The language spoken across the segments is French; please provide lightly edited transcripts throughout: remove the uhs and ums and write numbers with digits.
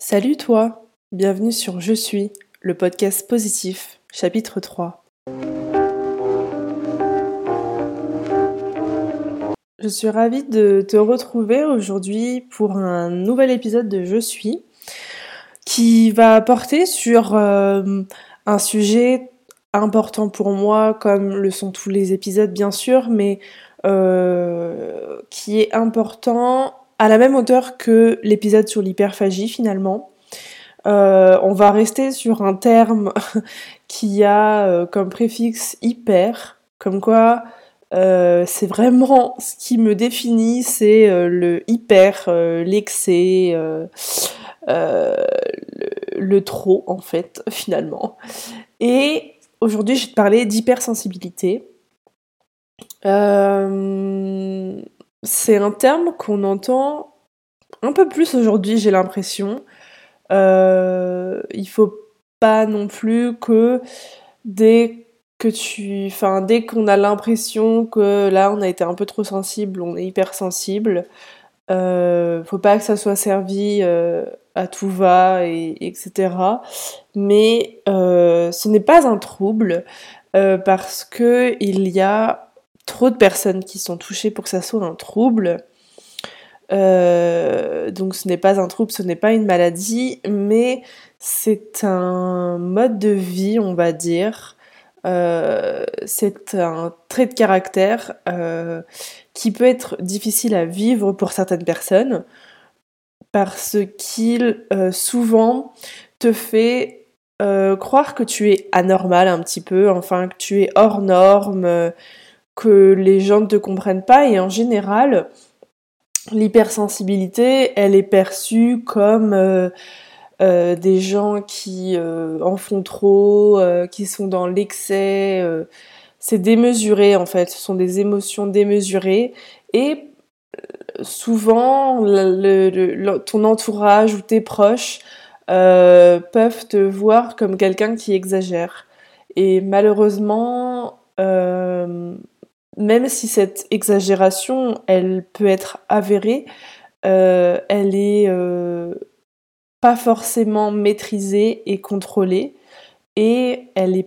Salut toi, bienvenue sur Je suis, le podcast positif, chapitre 3. Je suis ravie de te retrouver aujourd'hui pour un nouvel épisode de Je suis qui va porter sur un sujet important pour moi, comme le sont tous les épisodes bien sûr, mais qui est important à la même hauteur que l'épisode sur l'hyperphagie finalement. On va rester sur un terme qui a comme préfixe hyper, comme quoi c'est vraiment ce qui me définit, c'est le hyper, l'excès, euh, le trop en fait finalement. Et aujourd'hui je vais te parler d'hypersensibilité. C'est un terme qu'on entend un peu plus aujourd'hui, j'ai l'impression. Il faut pas non plus que dès qu'on a l'impression que là on a été un peu trop sensible, on est hypersensible, faut pas que ça soit servi à tout va, etc. Mais ce n'est pas un trouble parce que il y a trop de personnes qui sont touchées pour que ça soit un trouble. Donc ce n'est pas un trouble, ce n'est pas une maladie, mais c'est un mode de vie, on va dire. C'est un trait de caractère qui peut être difficile à vivre pour certaines personnes parce qu'il souvent te fait croire que tu es anormal un petit peu, enfin que tu es hors norme, que les gens ne te comprennent pas et en général l'hypersensibilité, elle est perçue comme des gens qui en font trop, qui sont dans l'excès. C'est démesuré en fait, ce sont des émotions démesurées et souvent ton entourage ou tes proches peuvent te voir comme quelqu'un qui exagère. Et malheureusement, même si cette exagération, elle peut être avérée, elle est pas forcément maîtrisée et contrôlée, et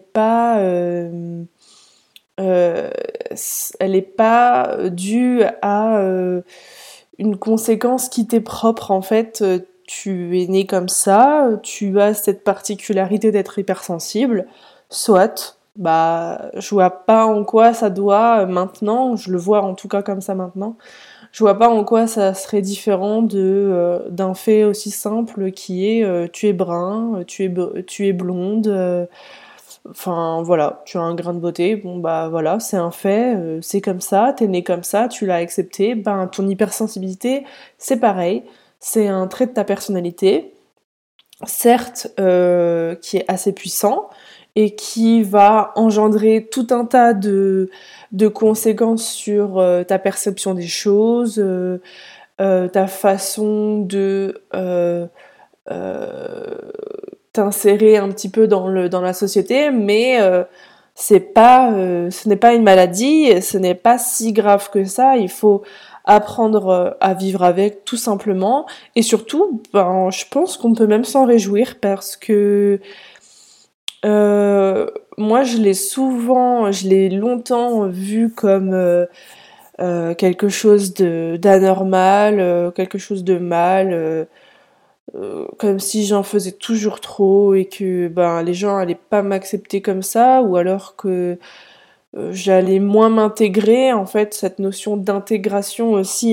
euh, elle est pas due à une conséquence qui t'est propre en fait. Tu es né comme ça, tu as cette particularité d'être hypersensible, soit. Bah, je vois pas en quoi ça doit maintenant, je le vois en tout cas comme ça maintenant, je vois pas en quoi ça serait différent d'un fait aussi simple qui est tu es brun, tu es blonde, enfin voilà, tu as un grain de beauté, bon bah voilà, c'est un fait, c'est comme ça, t'es né comme ça, tu l'as accepté, ben ton hypersensibilité, c'est pareil, c'est un trait de ta personnalité, certes qui est assez puissant et qui va engendrer tout un tas de conséquences sur ta perception des choses, ta façon de euh, t'insérer un petit peu dans la société, mais ce n'est pas une maladie, ce n'est pas si grave que ça, il faut apprendre à vivre avec tout simplement, et surtout, ben, je pense qu'on peut même s'en réjouir parce que moi je l'ai longtemps vu comme quelque chose d'anormal, quelque chose de mal, comme si j'en faisais toujours trop et que ben les gens allaient pas m'accepter comme ça, ou alors que j'allais moins m'intégrer. En fait, cette notion d'intégration aussi,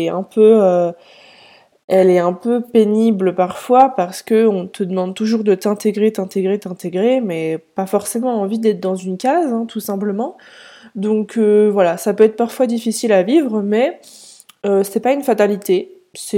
elle est un peu pénible parfois parce que on te demande toujours de t'intégrer, mais pas forcément envie d'être dans une case, hein, tout simplement. Donc voilà, ça peut être parfois difficile à vivre, mais c'est pas une fatalité.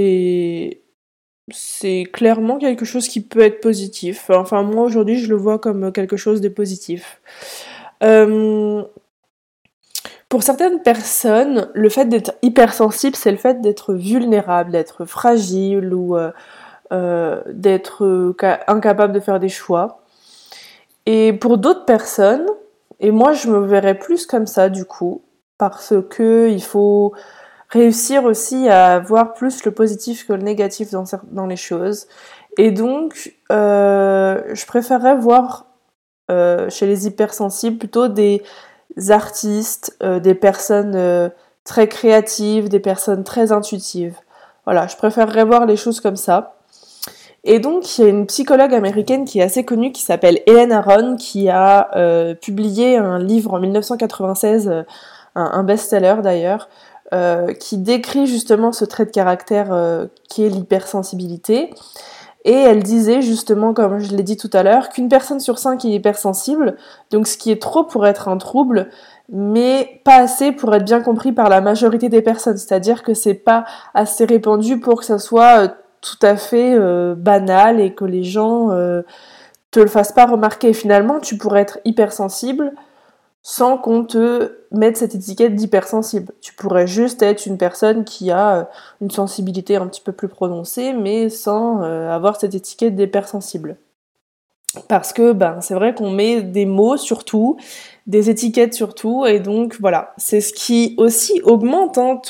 C'est clairement quelque chose qui peut être positif. Enfin, moi aujourd'hui, je le vois comme quelque chose de positif. Euh, pour certaines personnes, le fait d'être hypersensible, c'est le fait d'être vulnérable, d'être fragile ou d'être incapable de faire des choix. Et pour d'autres personnes, et moi je me verrais plus comme ça du coup, parce que il faut réussir aussi à voir plus le positif que le négatif dans les choses. Et donc, je préférerais voir chez les hypersensibles plutôt des artistes, des personnes très créatives, des personnes très intuitives. Voilà, je préférerais voir les choses comme ça. Et donc, il y a une psychologue américaine qui est assez connue, qui s'appelle Helen Aron, qui a publié un livre en 1996, un best-seller d'ailleurs, qui décrit justement ce trait de caractère qui est l'hypersensibilité. Et elle disait justement, comme je l'ai dit tout à l'heure, qu'une personne sur 5 est hypersensible, donc ce qui est trop pour être un trouble, mais pas assez pour être bien compris par la majorité des personnes. C'est-à-dire que c'est pas assez répandu pour que ça soit tout à fait banal et que les gens te le fassent pas remarquer. Finalement, tu pourrais être hypersensible sans qu'on te mette cette étiquette d'hypersensible. Tu pourrais juste être une personne qui a une sensibilité un petit peu plus prononcée, mais sans avoir cette étiquette d'hypersensible. Parce que c'est vrai qu'on met des mots sur tout, des étiquettes sur tout, et donc voilà, c'est ce qui aussi augmente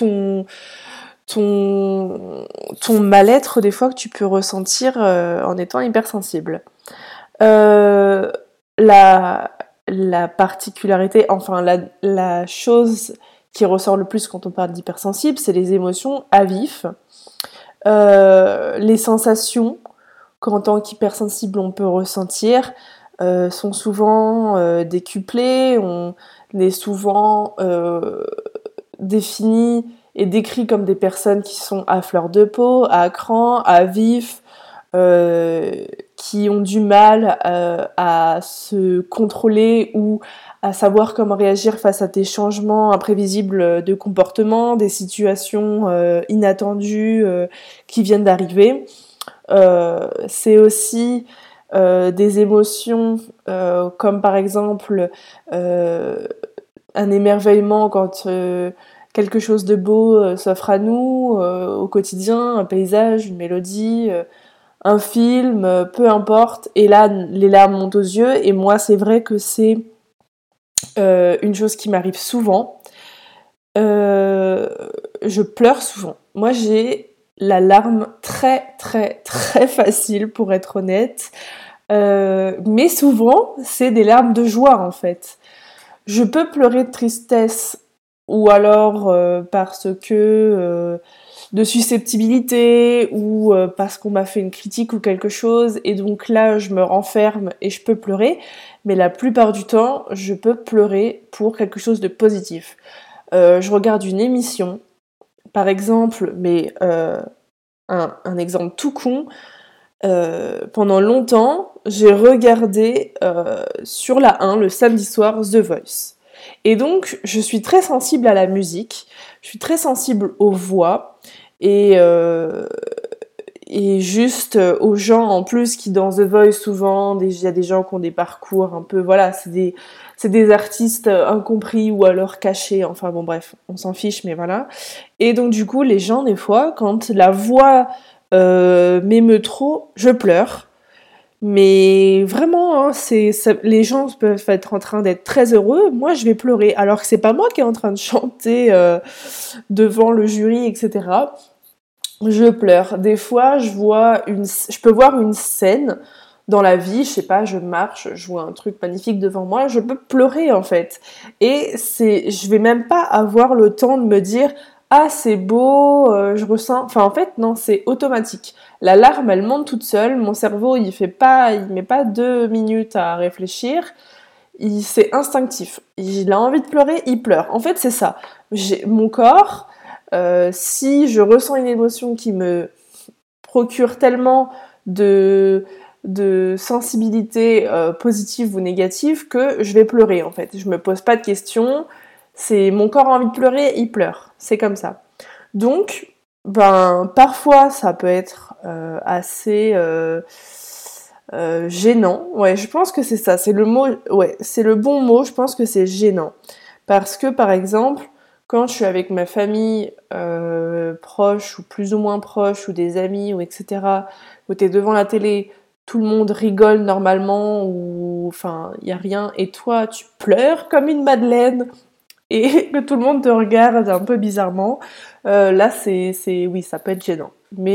ton mal-être des fois que tu peux ressentir en étant hypersensible. La, la particularité, enfin la chose qui ressort le plus quand on parle d'hypersensible, c'est les émotions à vif, les sensations qu'en tant qu'hypersensible on peut ressentir sont souvent décuplées, on est souvent défini et décrit comme des personnes qui sont à fleur de peau, à cran, à vif, qui ont du mal à se contrôler ou à savoir comment réagir face à des changements imprévisibles de comportement, des situations inattendues qui viennent d'arriver. C'est aussi des émotions comme par exemple un émerveillement quand quelque chose de beau s'offre à nous au quotidien, un paysage, une mélodie, un film, peu importe, et là les larmes montent aux yeux, et moi c'est vrai que c'est une chose qui m'arrive souvent. Je pleure souvent. Moi j'ai la larme très très très facile pour être honnête, mais souvent c'est des larmes de joie en fait. Je peux pleurer de tristesse ou alors parce que de susceptibilité ou parce qu'on m'a fait une critique ou quelque chose et donc là je me renferme et je peux pleurer, mais la plupart du temps je peux pleurer pour quelque chose de positif. Je regarde une émission par exemple, mais un exemple tout con, pendant longtemps j'ai regardé sur la 1 le samedi soir The Voice. Et donc, je suis très sensible à la musique, je suis très sensible aux voix, et, et juste aux gens en plus qui dans The Voice souvent, il y a des gens qui ont des parcours un peu, voilà, c'est des artistes incompris ou alors cachés, enfin bon bref, on s'en fiche, mais voilà. Et donc du coup, les gens des fois, quand la voix m'émeut trop, je pleure. Mais vraiment, hein, les gens peuvent être en train d'être très heureux, moi je vais pleurer, alors que c'est pas moi qui est en train de chanter devant le jury, etc. Je pleure. Des fois, je peux voir une scène dans la vie, je sais pas, je marche, je vois un truc magnifique devant moi, je peux pleurer en fait. Et je vais même pas avoir le temps de me dire ah c'est beau, je ressens. Enfin en fait non, c'est automatique. La larme elle monte toute seule, mon cerveau il met pas 2 minutes à réfléchir. C'est instinctif. Il a envie de pleurer, il pleure. En fait c'est ça. Mon corps, si je ressens une émotion qui me procure tellement de sensibilité positive ou négative que je vais pleurer en fait. Je me pose pas de questions, c'est mon corps a envie de pleurer, il pleure. C'est comme ça. Donc, parfois ça peut être assez gênant. Ouais, je pense que c'est ça, c'est le mot, ouais, c'est le bon mot, je pense que c'est gênant. Parce que par exemple, quand je suis avec ma famille proche ou plus ou moins proche ou des amis ou etc., où t'es devant la télé, tout le monde rigole normalement ou enfin il y a rien et toi tu pleures comme une madeleine, et que tout le monde te regarde un peu bizarrement, là oui, ça peut être gênant.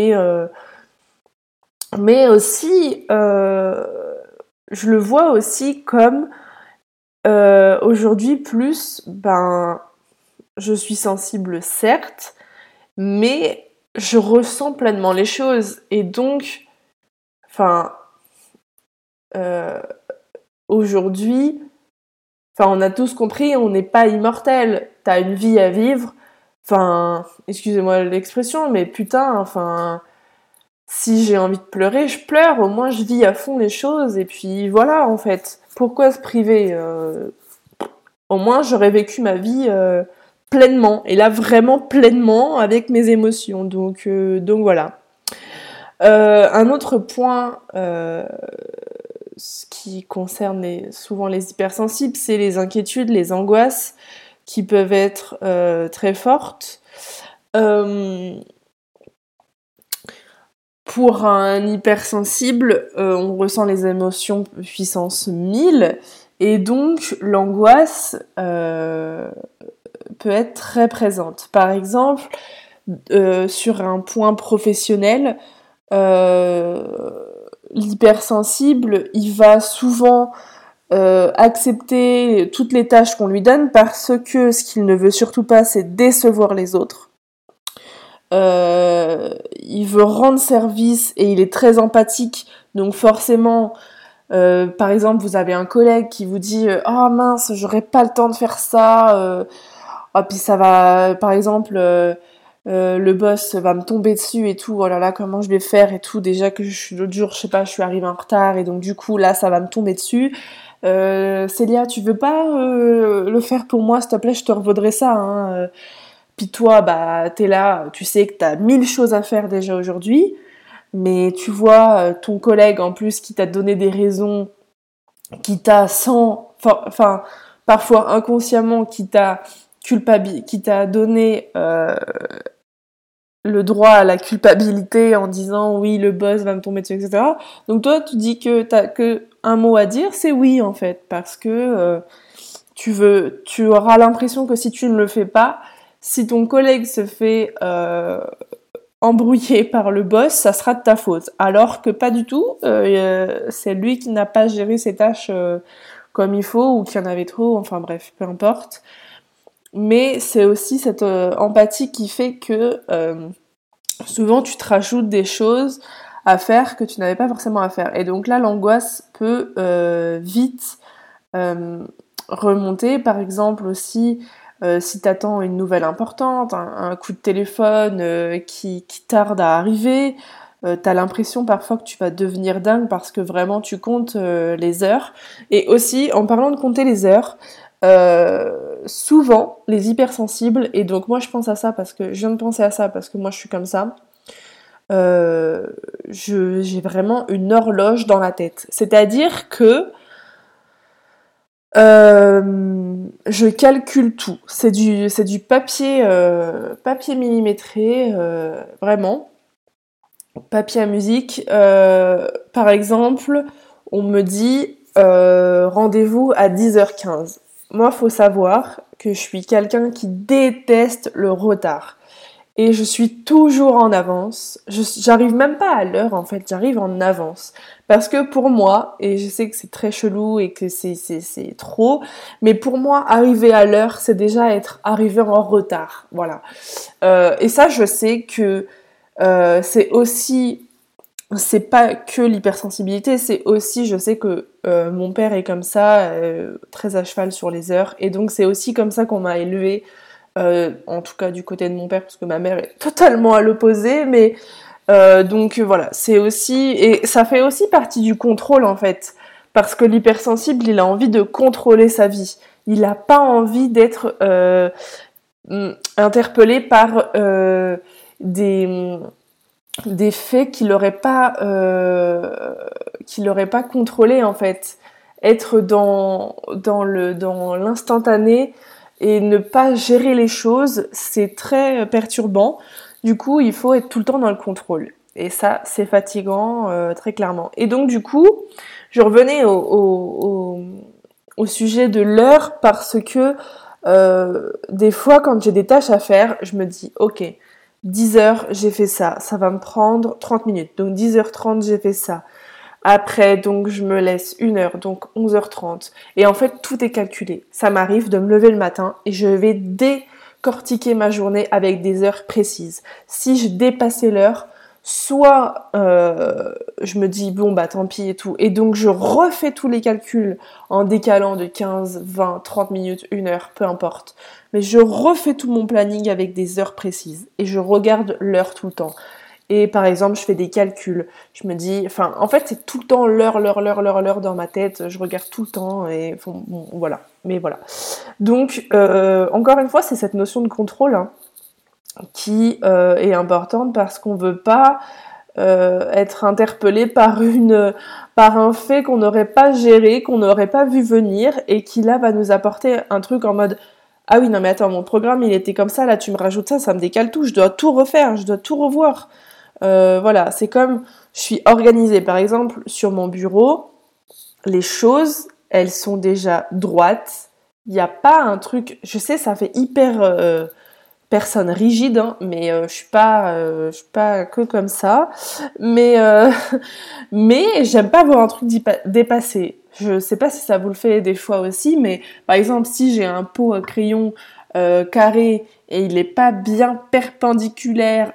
Mais aussi, je le vois aussi comme aujourd'hui plus, je suis sensible certes, mais je ressens pleinement les choses et donc, enfin, euh, aujourd'hui, on a tous compris, on n'est pas immortel. T'as une vie à vivre. Enfin, excusez-moi l'expression, mais putain, si j'ai envie de pleurer, je pleure. Au moins, je vis à fond les choses. Et puis voilà, en fait. Pourquoi se priver Au moins, j'aurais vécu ma vie pleinement. Et là, vraiment pleinement avec mes émotions. Donc voilà. Un autre point ce qui concerne souvent les hypersensibles, c'est les inquiétudes, les angoisses qui peuvent être très fortes. Pour un hypersensible, on ressent les émotions puissance 1000 et donc l'angoisse peut être très présente. Par exemple, sur un point professionnel, l'hypersensible, il va souvent accepter toutes les tâches qu'on lui donne parce que ce qu'il ne veut surtout pas, c'est décevoir les autres. Il veut rendre service et il est très empathique, donc forcément, par exemple, vous avez un collègue qui vous dit « Oh mince, j'aurais pas le temps de faire ça puis ça va, par exemple... le boss va me tomber dessus et tout, oh là là, comment je vais faire et tout, déjà que l'autre jour, je sais pas, je suis arrivée en retard et donc du coup, là, ça va me tomber dessus. Célia, tu veux pas le faire pour moi, s'il te plaît, je te revaudrai ça, hein. Puis toi, t'es là, tu sais que t'as 1000 choses à faire déjà aujourd'hui, mais tu vois ton collègue en plus qui t'a donné des raisons, qui t'a parfois inconsciemment, qui t'a donné le droit à la culpabilité en disant oui, le boss va me tomber dessus, etc. Donc toi, tu dis que t'as que un mot à dire, c'est oui en fait, parce que tu auras l'impression que si tu ne le fais pas, si ton collègue se fait embrouiller par le boss, ça sera de ta faute. Alors que pas du tout, c'est lui qui n'a pas géré ses tâches comme il faut ou qu'il y en avait trop, enfin bref, peu importe. Mais c'est aussi cette empathie qui fait que souvent tu te rajoutes des choses à faire que tu n'avais pas forcément à faire. Et donc là, l'angoisse peut vite remonter. Par exemple aussi, si t'attends une nouvelle importante, un coup de téléphone qui tarde à arriver, t'as l'impression parfois que tu vas devenir dingue parce que vraiment tu comptes les heures. Et aussi, en parlant de compter les heures, souvent les hypersensibles, et donc moi je pense à ça parce que je viens de penser à ça parce que moi je suis comme ça, j'ai vraiment une horloge dans la tête. C'est-à-dire que je calcule tout. C'est du papier, papier millimétré, vraiment. Papier à musique. Par exemple, on me dit rendez-vous à 10h15. Moi, faut savoir que je suis quelqu'un qui déteste le retard. Et je suis toujours en avance. J'arrive même pas à l'heure, en fait, j'arrive en avance. Parce que pour moi, et je sais que c'est très chelou et que c'est trop, mais pour moi, arriver à l'heure, c'est déjà être arrivé en retard. Voilà. Et ça, je sais que c'est aussi... C'est pas que l'hypersensibilité, c'est aussi, je sais que mon père est comme ça, très à cheval sur les heures, et donc c'est aussi comme ça qu'on m'a élevée, en tout cas du côté de mon père, parce que ma mère est totalement à l'opposé, mais donc voilà, c'est aussi, et ça fait aussi partie du contrôle en fait, parce que l'hypersensible, il a envie de contrôler sa vie, il a pas envie d'être interpellé par des faits qu'il n'aurait pas contrôlé en fait, être dans l'instantané et ne pas gérer les choses, c'est très perturbant. Du coup, il faut être tout le temps dans le contrôle. Et ça, c'est fatigant, très clairement. Et donc, du coup, je revenais au sujet de l'heure parce que Des fois, quand j'ai des tâches à faire, je me dis, ok, 10 heures, j'ai fait ça. Ça va me prendre 30 minutes. Donc 10h30, j'ai fait ça. Après, donc, je me laisse 1 heure, donc 11h30. Et en fait, tout est calculé. Ça m'arrive de me lever le matin et je vais décortiquer ma journée avec des heures précises. Si je dépassais l'heure, soit je me dis, bon, bah tant pis et tout. Et donc, je refais tous les calculs en décalant de 15, 20, 30 minutes, 1 heure, peu importe. Mais je refais tout mon planning avec des heures précises. Et je regarde l'heure tout le temps. Et par exemple, je fais des calculs. Je me dis, enfin, en fait, c'est tout le temps l'heure dans ma tête. Je regarde tout le temps et bon, voilà. Mais voilà. Donc, encore une fois, c'est cette notion de contrôle hein, qui est importante parce qu'on veut pas être interpellé par un fait qu'on n'aurait pas géré, qu'on n'aurait pas vu venir et qui là va nous apporter un truc en mode ah oui non mais attends mon programme il était comme ça là tu me rajoutes ça ça me décale tout je dois tout refaire je dois tout revoir voilà, c'est comme je suis organisée. Par exemple, sur mon bureau, les choses, elles sont déjà droites. Il n'y a pas un truc, je sais, ça fait hyper personne rigide, hein, mais je suis pas que comme ça. Mais, mais j'aime pas voir un truc dépassé. Je sais pas si ça vous le fait des fois aussi, mais par exemple, si j'ai un pot à crayon carré et il n'est pas bien perpendiculaire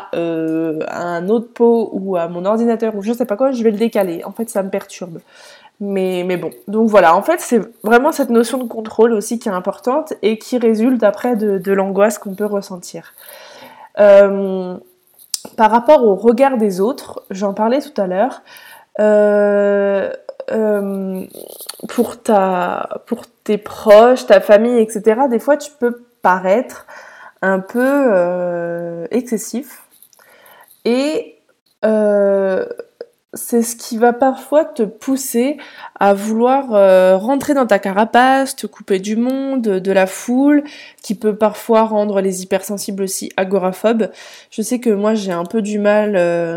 à un autre pot ou à mon ordinateur ou je sais pas quoi, je vais le décaler. En fait, ça me perturbe. Mais bon, donc voilà, en fait, c'est vraiment cette notion de contrôle aussi qui est importante et qui résulte après de l'angoisse qu'on peut ressentir. Euh, Par rapport au regard des autres, j'en parlais tout à l'heure, euh, euh, pour tes proches, ta famille, etc., des fois tu peux paraître un peu excessif et c'est ce qui va parfois te pousser à vouloir rentrer dans ta carapace, te couper du monde, de la foule, qui peut parfois rendre les hypersensibles aussi agoraphobes. Je sais que moi j'ai un peu du mal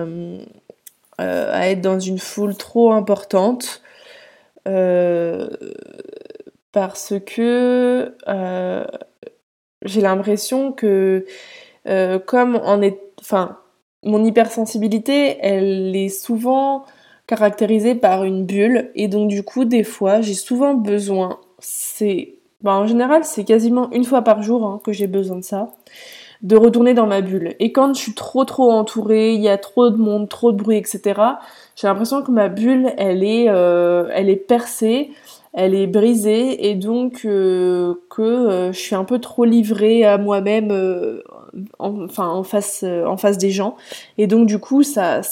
à être dans une foule trop importante euh, parce que j'ai l'impression que comme enfin, mon hypersensibilité, elle est souvent caractérisée par une bulle et donc du coup, des fois, j'ai souvent besoin, en général, c'est quasiment une fois par jour hein, que j'ai besoin de ça, de retourner dans ma bulle. Et quand je suis trop entourée, il y a trop de monde, trop de bruit, etc., j'ai l'impression que ma bulle, elle est percée, elle est brisée, et donc que je suis un peu trop livrée à moi-même, en face des gens. Et donc du coup,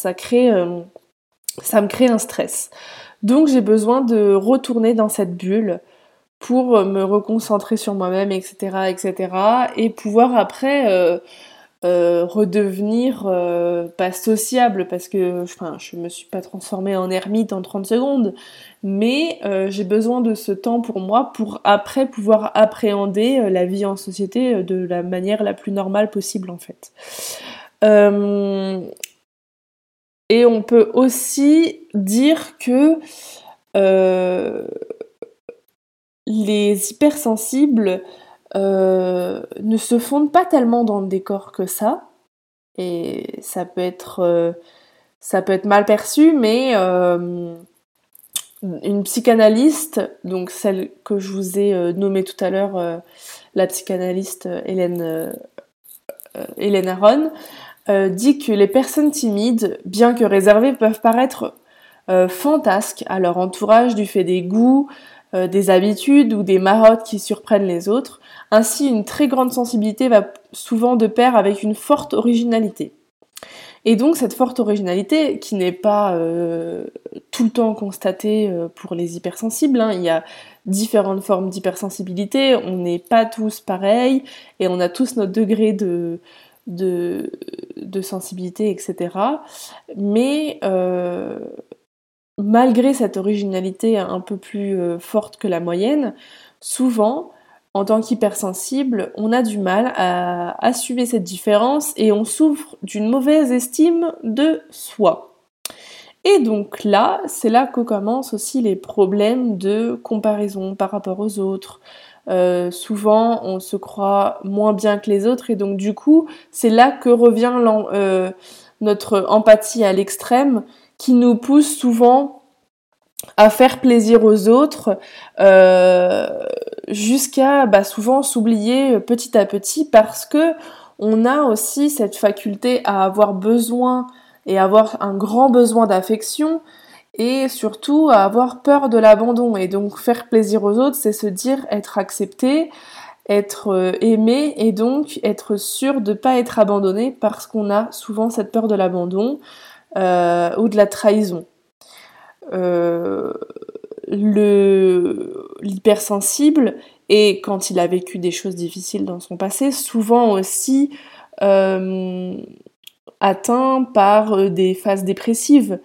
ça me crée un stress. Donc j'ai besoin de retourner dans cette bulle pour me reconcentrer sur moi-même, etc., etc., et pouvoir après redevenir pas sociable parce que je me suis pas transformée en ermite en 30 secondes, mais j'ai besoin de ce temps pour moi pour après pouvoir appréhender la vie en société de la manière la plus normale possible en fait. Euh, et on peut aussi dire que euh, les hypersensibles ne se fondent pas tellement dans le décor que ça. Et ça peut être mal perçu, mais une psychanalyste, donc celle que je vous ai nommée tout à l'heure, la psychanalyste Hélène Aron, dit que les personnes timides, bien que réservées, peuvent paraître fantasques à leur entourage du fait des goûts, des habitudes ou des marottes qui surprennent les autres. Ainsi, une très grande sensibilité va souvent de pair avec une forte originalité. Et donc cette forte originalité, qui n'est pas tout le temps constatée pour les hypersensibles, hein, il y a différentes formes d'hypersensibilité, on n'est pas tous pareils, et on a tous notre degré de sensibilité, etc. Mais malgré cette originalité un peu plus forte que la moyenne, souvent, en tant qu'hypersensible, on a du mal à assumer cette différence et on souffre d'une mauvaise estime de soi. Et donc là, c'est là que commencent aussi les problèmes de comparaison par rapport aux autres, souvent on se croit moins bien que les autres et donc du coup c'est là que revient notre empathie à l'extrême qui nous pousse souvent à faire plaisir aux autres jusqu'à souvent s'oublier petit à petit parce que on a aussi cette faculté à avoir besoin et avoir un grand besoin d'affection et surtout à avoir peur de l'abandon. Et donc faire plaisir aux autres, c'est se dire être accepté, être aimé et donc être sûr de ne pas être abandonné parce qu'on a souvent cette peur de l'abandon ou de la trahison. L'hypersensible, et quand il a vécu des choses difficiles dans son passé, souvent aussi atteint par des phases dépressives,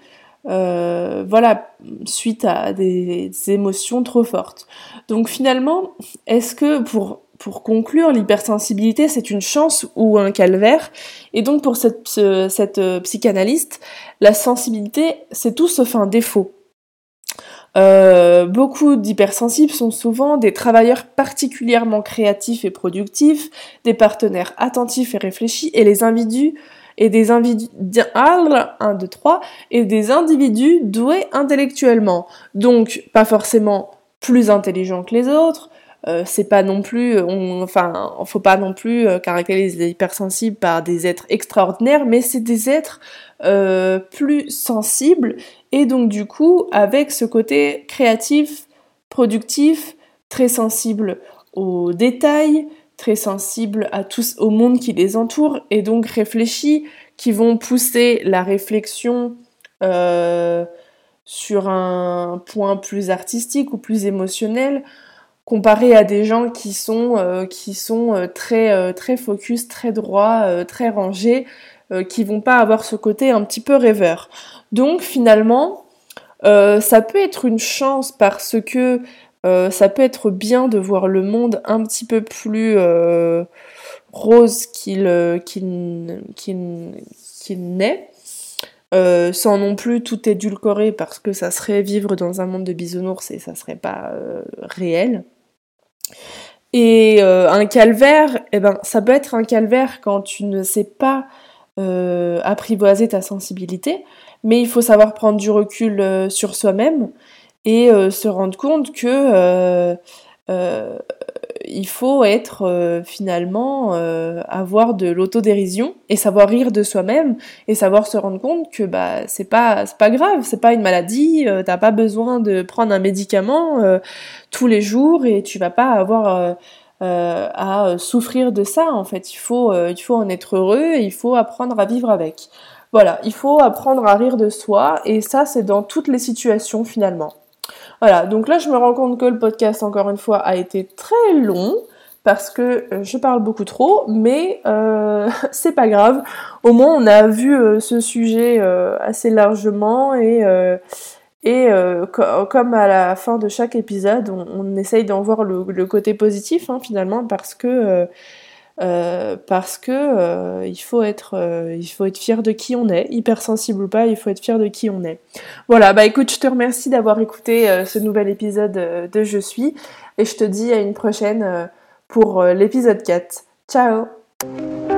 suite à des émotions trop fortes. Donc finalement, est-ce que pour conclure, l'hypersensibilité, c'est une chance ou un calvaire? Et donc pour cette psychanalyste, la sensibilité, c'est tout sauf un défaut. Beaucoup d'hypersensibles sont souvent des travailleurs particulièrement créatifs et productifs, des partenaires attentifs et réfléchis, et des individus doués intellectuellement. Donc, pas forcément plus intelligents que les autres. C'est pas non plus, faut pas non plus caractériser les hypersensibles par des êtres extraordinaires, mais c'est des êtres plus sensibles et donc du coup avec ce côté créatif, productif, très sensible aux détails, très sensible au monde qui les entoure et donc réfléchis, qui vont pousser la réflexion sur un point plus artistique ou plus émotionnel, comparé à des gens qui sont très focus, très droits, très rangés, qui vont pas avoir ce côté un petit peu rêveur. Donc finalement, ça peut être une chance parce que ça peut être bien de voir le monde un petit peu plus rose qu'il n'est, sans non plus tout édulcorer parce que ça serait vivre dans un monde de bisounours et ça serait pas réel. Et un calvaire, ça peut être un calvaire quand tu ne sais pas apprivoiser ta sensibilité, mais il faut savoir prendre du recul sur soi-même et se rendre compte que il faut être finalement avoir de l'autodérision et savoir rire de soi-même et savoir se rendre compte que c'est pas grave, c'est pas une maladie, t'as pas besoin de prendre un médicament tous les jours et tu vas pas avoir à souffrir de ça. En fait, il faut en être heureux et il faut apprendre à vivre avec. Voilà, il faut apprendre à rire de soi et ça c'est dans toutes les situations finalement. Voilà, donc là je me rends compte que le podcast, encore une fois, a été très long parce que je parle beaucoup trop, mais c'est pas grave. Au moins on a vu ce sujet assez largement et comme à la fin de chaque épisode, on essaye d'en voir le côté positif finalement parce que il faut être fier de qui on est, hypersensible ou pas, il faut être fier de qui on est. Voilà, écoute, je te remercie d'avoir écouté ce nouvel épisode de Je suis et je te dis à une prochaine pour l'épisode 4. Ciao!